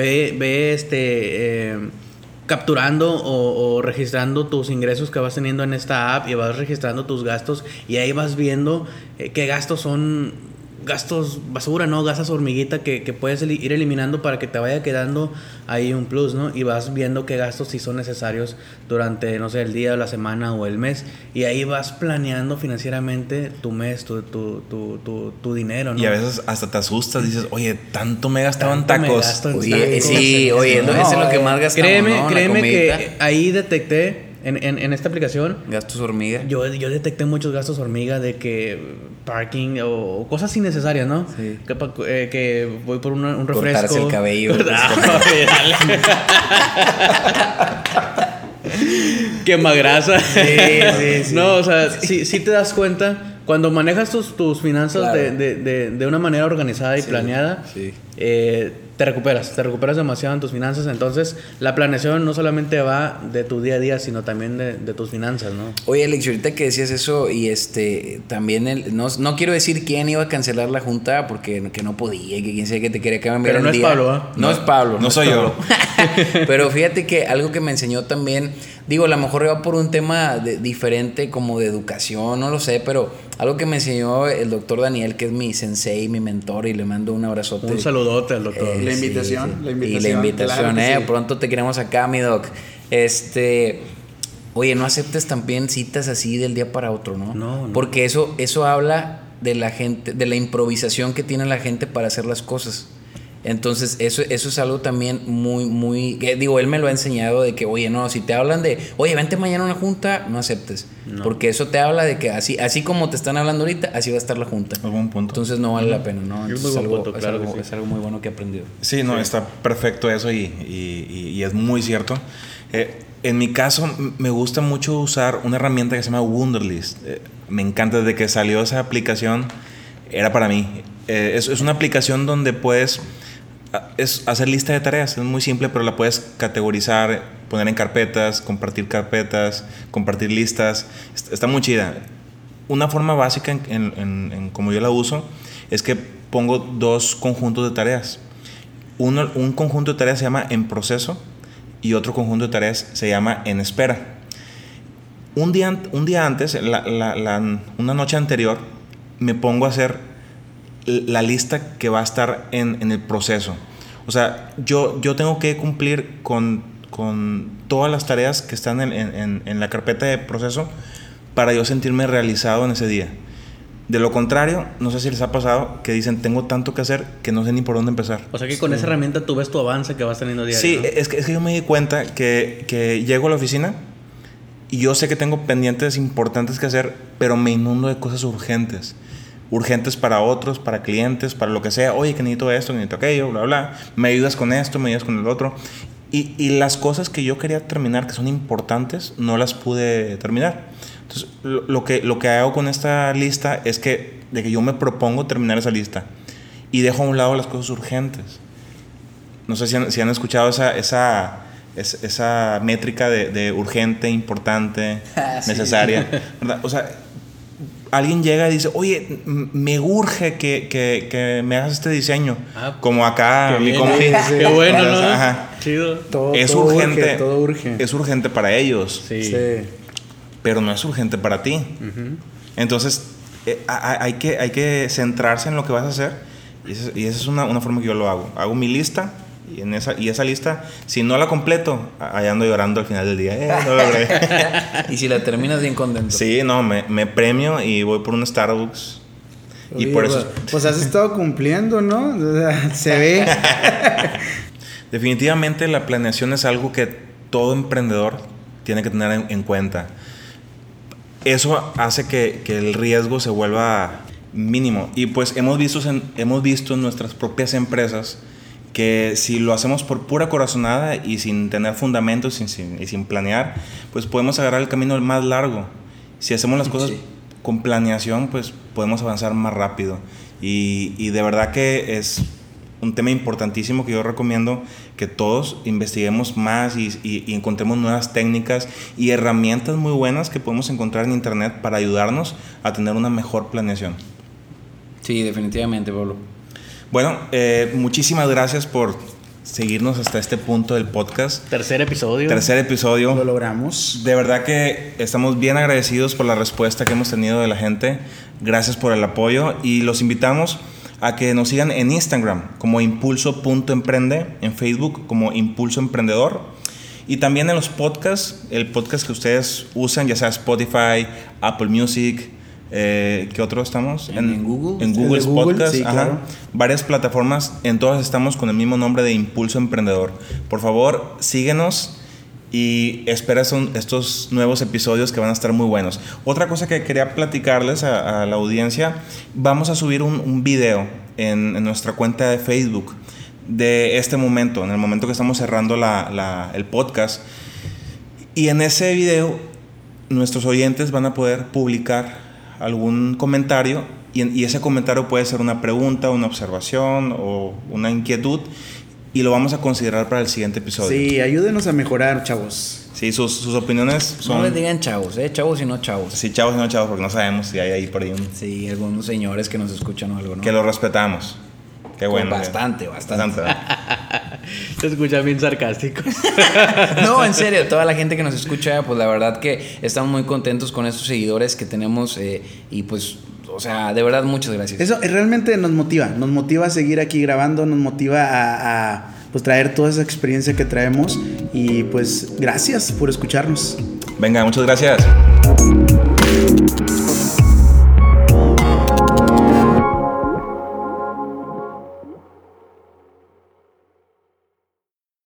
Ve capturando o registrando tus ingresos que vas teniendo en esta app y vas registrando tus gastos y ahí vas viendo qué gastos son gastos basura, ¿no? Gastos hormiguita que puedes ir eliminando para que te vaya quedando ahí un plus, ¿no? Y vas viendo qué gastos sí son necesarios durante, no sé, el día, la semana o el mes. Y ahí vas planeando financieramente tu mes, tu dinero, ¿no? Y a veces hasta te asustas, dices, oye, tanto me he gastado en tacos. Oye, sí, oye, ese es lo que más gastamos, ¿no? Créeme que ahí detecté en esta aplicación gastos hormiga. Yo detecté muchos gastos hormiga de que parking o cosas innecesarias, ¿no? Sí. Que voy por un refresco. Cortarse el cabello. Quemagrasa. Sí. No, o sea, sí te das cuenta. Cuando manejas tus finanzas Claro. de una manera organizada y planeada, sí. te recuperas demasiado en tus finanzas. Entonces, la planeación no solamente va de tu día a día, sino también de tus finanzas, ¿no? Oye, Alex, ahorita que decías eso y también no quiero decir quién iba a cancelar la junta porque que no podía, que quién sabe que te quería cambiar Pero el día. no es Pablo, ¿eh? No es Pablo. No soy yo. Pero fíjate que algo que me enseñó también, digo, a lo mejor iba por un tema diferente como de educación, no lo sé, pero algo que me enseñó el doctor Daniel, que es mi sensei, mi mentor, y le mando un abrazote. Un saludote al doctor. La invitación. Y la invitación, claro que sí. Pronto te queremos acá, mi doc. Oye, no aceptes también citas así del día para otro, ¿no? No. Porque eso habla de la gente, de la improvisación que tiene la gente para hacer las cosas. Entonces, eso es algo también muy... él me lo ha enseñado de que, oye, no, si te hablan de, oye, vente mañana a una junta, no aceptes. No. Porque eso te habla de que así como te están hablando ahorita, así va a estar la junta. Algún punto. Entonces, no vale la pena, ¿no? Entonces, es algo muy bueno que he aprendido. Sí, no, está perfecto eso y es muy cierto. En mi caso, me gusta mucho usar una herramienta que se llama Wunderlist. Me encanta, desde que salió esa aplicación, era para mí. Es una aplicación donde puedes hacer lista de tareas. Es muy simple, pero la puedes categorizar, poner en carpetas, compartir listas. Está muy chida. Una forma básica en como yo la uso es que pongo dos conjuntos de tareas. Un conjunto de tareas se llama en proceso y otro conjunto de tareas se llama en espera. Un día antes, una noche anterior, me pongo a hacer la lista que va a estar en el proceso. O sea, yo tengo que cumplir con todas las tareas que están en la carpeta de proceso para yo sentirme realizado en ese día. De lo contrario, no sé si les ha pasado que dicen, tengo tanto que hacer que no sé ni por dónde empezar. O sea que con esa herramienta tú ves tu avance que vas teniendo diario, Sí, ¿no? es que yo me di cuenta que llego a la oficina y yo sé que tengo pendientes importantes que hacer, pero me inundo de cosas urgentes para otros, para clientes, para lo que sea. Oye, que necesito esto, necesito aquello, bla, bla. Me ayudas con esto, me ayudas con el otro. Y las cosas que yo quería terminar, que son importantes, no las pude terminar. Entonces, lo que hago con esta lista es que yo me propongo terminar esa lista y dejo a un lado las cosas urgentes. No sé si han escuchado esa métrica de urgente, importante, necesaria, ¿verdad? O sea, alguien llega y dice, oye, me urge que me hagas este diseño. Como acá, qué mi bien, compi. qué bueno, ¿no? Ajá. Chido. Todo urgente. Todo urge. Es urgente para ellos, Sí. pero no es urgente para ti. Uh-huh. Entonces, hay que centrarse en lo que vas a hacer. Y esa es una forma que yo lo hago. Hago mi lista Y esa lista, si no la completo, allá ando llorando al final del día. No logré. Y si la terminas bien contento. Sí, no, me premio y voy por un Starbucks. Y por eso... Pues has estado cumpliendo, ¿no? O sea, se ve. Definitivamente la planeación es algo que todo emprendedor tiene que tener en cuenta. Eso hace que el riesgo se vuelva mínimo. Y pues hemos visto en nuestras propias empresas que si lo hacemos por pura corazonada y sin tener fundamentos y sin planear, pues podemos agarrar el camino más largo. Si hacemos las cosas con planeación, pues podemos avanzar más rápido. Y de verdad que es un tema importantísimo que yo recomiendo que todos investiguemos más y encontremos nuevas técnicas y herramientas muy buenas que podemos encontrar en internet para ayudarnos a tener una mejor planeación. Sí, definitivamente, Pablo. Bueno, muchísimas gracias por seguirnos hasta este punto del podcast. Tercer episodio. Lo logramos. De verdad que estamos bien agradecidos por la respuesta que hemos tenido de la gente. Gracias por el apoyo y los invitamos a que nos sigan en Instagram como impulso.emprende, en Facebook como Impulso Emprendedor y también en los podcasts, el podcast que ustedes usan, ya sea Spotify, Apple Music, ¿qué otro estamos? En Google. En Google Podcast, sí, claro. Varias plataformas, en todas estamos con el mismo nombre de Impulso Emprendedor. Por favor, síguenos y espera estos nuevos episodios que van a estar muy buenos. Otra cosa que quería platicarles a la audiencia, vamos a subir un video en nuestra cuenta de Facebook de este momento, en el momento que estamos cerrando el podcast. Y en ese video nuestros oyentes van a poder publicar algún comentario y ese comentario puede ser una pregunta, una observación o una inquietud y lo vamos a considerar para el siguiente episodio. Sí, ayúdenos a mejorar, chavos. Sí, sus opiniones son... No les digan chavos, chavos y no chavos. Sí, chavos y no chavos, porque no sabemos si hay ahí por ahí Sí, algunos señores que nos escuchan o algo, ¿no? Que lo respetamos. Qué bueno. Bastante. Se escucha bien sarcástico. No, en serio, toda la gente que nos escucha, pues la verdad que estamos muy contentos con estos seguidores que tenemos y pues, o sea, de verdad, muchas gracias. Eso realmente nos motiva a seguir aquí grabando, nos motiva a pues traer toda esa experiencia que traemos y pues gracias por escucharnos. Venga, muchas gracias.